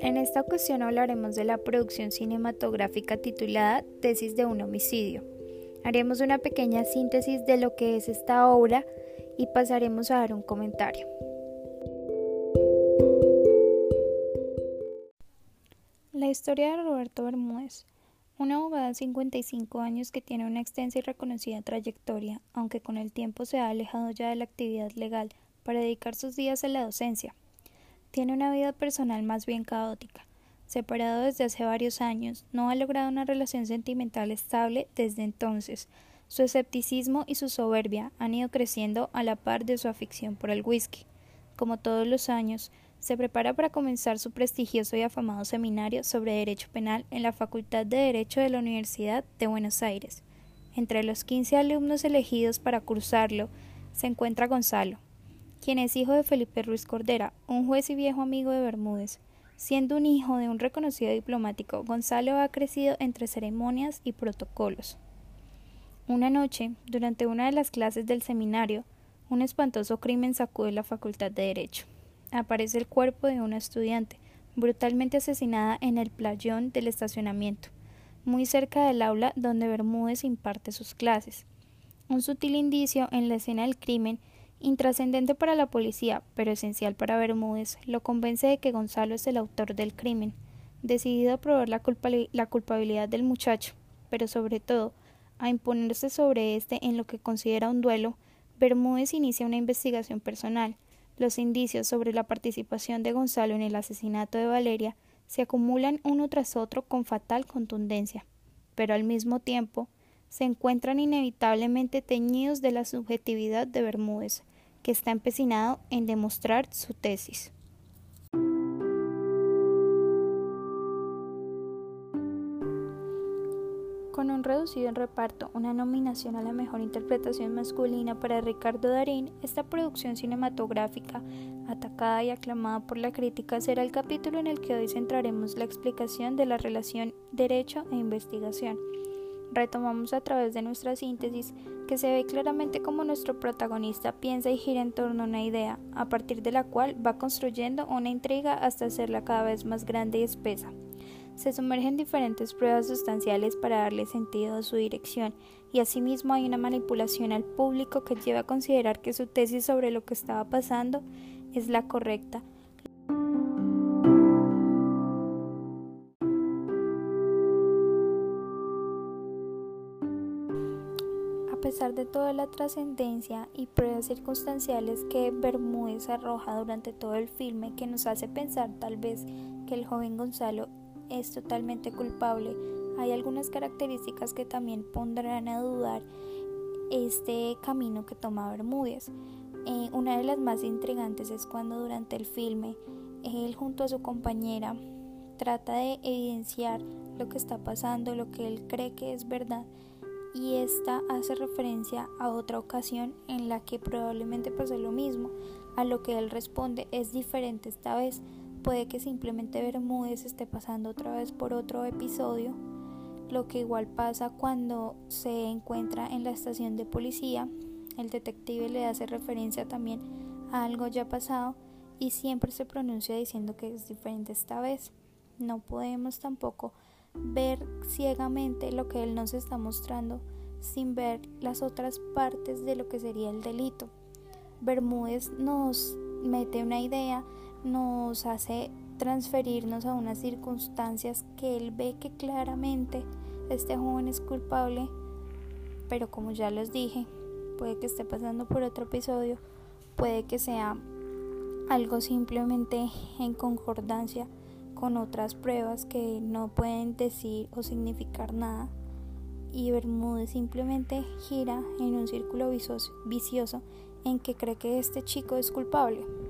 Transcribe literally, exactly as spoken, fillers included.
En esta ocasión hablaremos de la producción cinematográfica titulada Tesis de un homicidio. Haremos una pequeña síntesis de lo que es esta obra y pasaremos a dar un comentario. La historia de Roberto Bermúdez, un abogado de cincuenta y cinco años que tiene una extensa y reconocida trayectoria, aunque con el tiempo se ha alejado ya de la actividad legal para dedicar sus días a la docencia. Tiene una vida personal más bien caótica. Separado desde hace varios años, no ha logrado una relación sentimental estable desde entonces. Su escepticismo y su soberbia han ido creciendo a la par de su afición por el whisky. Como todos los años, se prepara para comenzar su prestigioso y afamado seminario sobre Derecho Penal en la Facultad de Derecho de la Universidad de Buenos Aires. Entre los quince alumnos elegidos para cursarlo se encuentra Gonzalo, quien es hijo de Felipe Ruiz Cordera, un juez y viejo amigo de Bermúdez. Siendo un hijo de un reconocido diplomático, Gonzalo ha crecido entre ceremonias y protocolos. Una noche, durante una de las clases del seminario, un espantoso crimen sacude la Facultad de Derecho. Aparece el cuerpo de una estudiante, brutalmente asesinada en el playón del estacionamiento, muy cerca del aula donde Bermúdez imparte sus clases. Un sutil indicio en la escena del crimen, intrascendente para la policía, pero esencial para Bermúdez, lo convence de que Gonzalo es el autor del crimen, decidido a probar la, culpa- la culpabilidad del muchacho, pero sobre todo, a imponerse sobre este en lo que considera un duelo. Bermúdez inicia una investigación personal. Los indicios sobre la participación de Gonzalo en el asesinato de Valeria se acumulan uno tras otro con fatal contundencia, pero al mismo tiempo se encuentran inevitablemente teñidos de la subjetividad de Bermúdez, que está empecinado en demostrar su tesis. Con un reducido reparto, una nominación a la mejor interpretación masculina para Ricardo Darín, esta producción cinematográfica, atacada y aclamada por la crítica, será el capítulo en el que hoy centraremos la explicación de la relación derecho e investigación. Retomamos a través de nuestra síntesis que se ve claramente cómo nuestro protagonista piensa y gira en torno a una idea, a partir de la cual va construyendo una intriga hasta hacerla cada vez más grande y espesa. Se sumergen diferentes pruebas sustanciales para darle sentido a su dirección, y asimismo hay una manipulación al público que lleva a considerar que su tesis sobre lo que estaba pasando es la correcta. A pesar de toda la trascendencia y pruebas circunstanciales que Bermúdez arroja durante todo el filme, que nos hace pensar tal vez que el joven Gonzalo es totalmente culpable, hay algunas características que también pondrán a dudar este camino que toma Bermúdez. Eh, una de las más intrigantes es cuando durante el filme él junto a su compañera trata de evidenciar lo que está pasando, lo que él cree que es verdad, y esta hace referencia a otra ocasión en la que probablemente pasó lo mismo. A lo que él responde es diferente esta vez. Puede que simplemente Bermúdez esté pasando otra vez por otro episodio, lo que igual pasa cuando se encuentra en la estación de policía. El detective le hace referencia también a algo ya pasado y siempre se pronuncia diciendo que es diferente esta vez. No podemos tampoco ver ciegamente lo que él nos está mostrando sin ver las otras partes de lo que sería el delito. Bermúdez nos mete una idea, nos hace transferirnos a unas circunstancias que él ve que claramente este joven es culpable, pero como ya les dije, puede que esté pasando por otro episodio, puede que sea algo simplemente en concordancia con otras pruebas que no pueden decir o significar nada, y Bermúdez simplemente gira en un círculo vicioso, vicioso en que cree que este chico es culpable.